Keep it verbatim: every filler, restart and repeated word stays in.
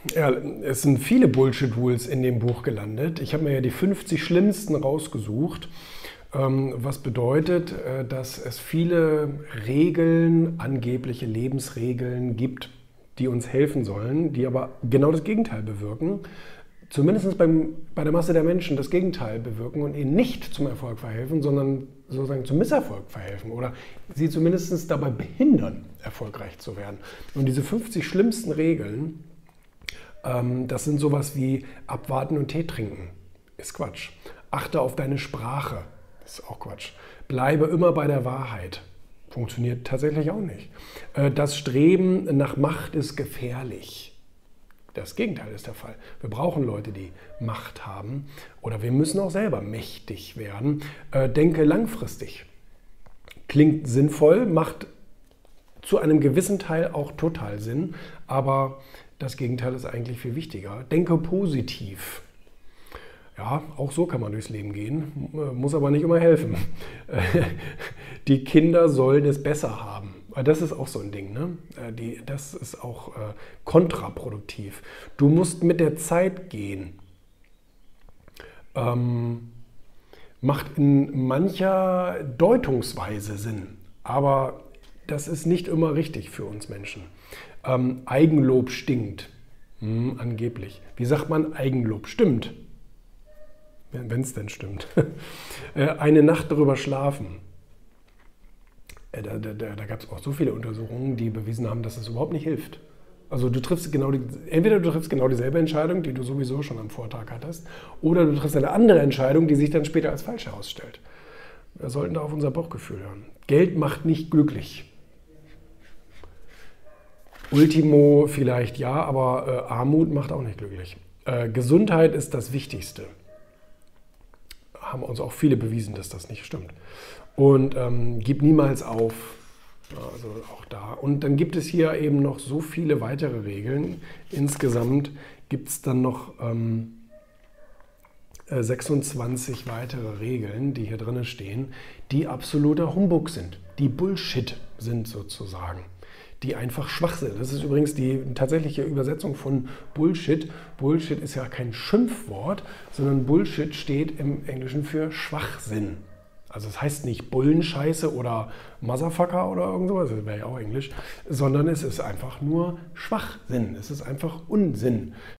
Ja, es sind viele Bullshit-Rules in dem Buch gelandet. Ich habe mir ja die fünfzig schlimmsten rausgesucht, ähm, was bedeutet, äh, dass es viele Regeln, angebliche Lebensregeln gibt, die uns helfen sollen, die aber genau das Gegenteil bewirken. Zumindest beim, bei der Masse der Menschen das Gegenteil bewirken und ihnen nicht zum Erfolg verhelfen, sondern sozusagen zum Misserfolg verhelfen oder sie zumindest dabei behindern, erfolgreich zu werden. Und diese fünfzig schlimmsten Regeln, ähm, das sind sowas wie abwarten und Tee trinken. Ist Quatsch. Achte auf deine Sprache. Ist auch Quatsch. Bleibe immer bei der Wahrheit. Funktioniert tatsächlich auch nicht. Äh, das Streben nach Macht ist gefährlich. Das Gegenteil ist der Fall. Wir brauchen Leute, die Macht haben oder wir müssen auch selber mächtig werden. Äh, denke langfristig. Klingt sinnvoll, macht zu einem gewissen Teil auch total Sinn, aber das Gegenteil ist eigentlich viel wichtiger. Denke positiv. Ja, auch so kann man durchs Leben gehen, muss aber nicht immer helfen. Die Kinder sollen es besser haben. Das ist auch so ein Ding, ne? Die, das ist auch äh, kontraproduktiv. Du musst mit der Zeit gehen. Ähm, macht in mancher Deutungsweise Sinn, aber das ist nicht immer richtig für uns Menschen. Ähm, Eigenlob stinkt, hm, angeblich. Wie sagt man, Eigenlob stimmt? Wenn es denn stimmt. Eine Nacht darüber schlafen. Da, da, da gab es auch so viele Untersuchungen, die bewiesen haben, dass es überhaupt nicht hilft. Also du triffst genau die, entweder du triffst genau dieselbe Entscheidung, die du sowieso schon am Vortag hattest, oder du triffst eine andere Entscheidung, die sich dann später als falsch herausstellt. Wir sollten da auf unser Bauchgefühl hören. Geld macht nicht glücklich. Ultimo vielleicht ja, aber äh, Armut macht auch nicht glücklich. Äh, Gesundheit ist das Wichtigste. Haben uns auch viele bewiesen, dass das nicht stimmt. Und ähm, gib niemals auf, also auch da. Und dann gibt es hier eben noch so viele weitere Regeln. Insgesamt gibt es dann noch ähm, sechsundzwanzig weitere Regeln, die hier drin stehen, die absoluter Humbug sind, die Bullshit sind sozusagen, die einfach schwach sind. Das ist übrigens die tatsächliche Übersetzung von Bullshit. Bullshit ist ja kein Schimpfwort, sondern Bullshit steht im Englischen für Schwachsinn. Also es heißt nicht Bullenscheiße oder Motherfucker oder irgend sowas, das wäre ja auch Englisch, sondern es ist einfach nur Schwachsinn. Es ist einfach Unsinn.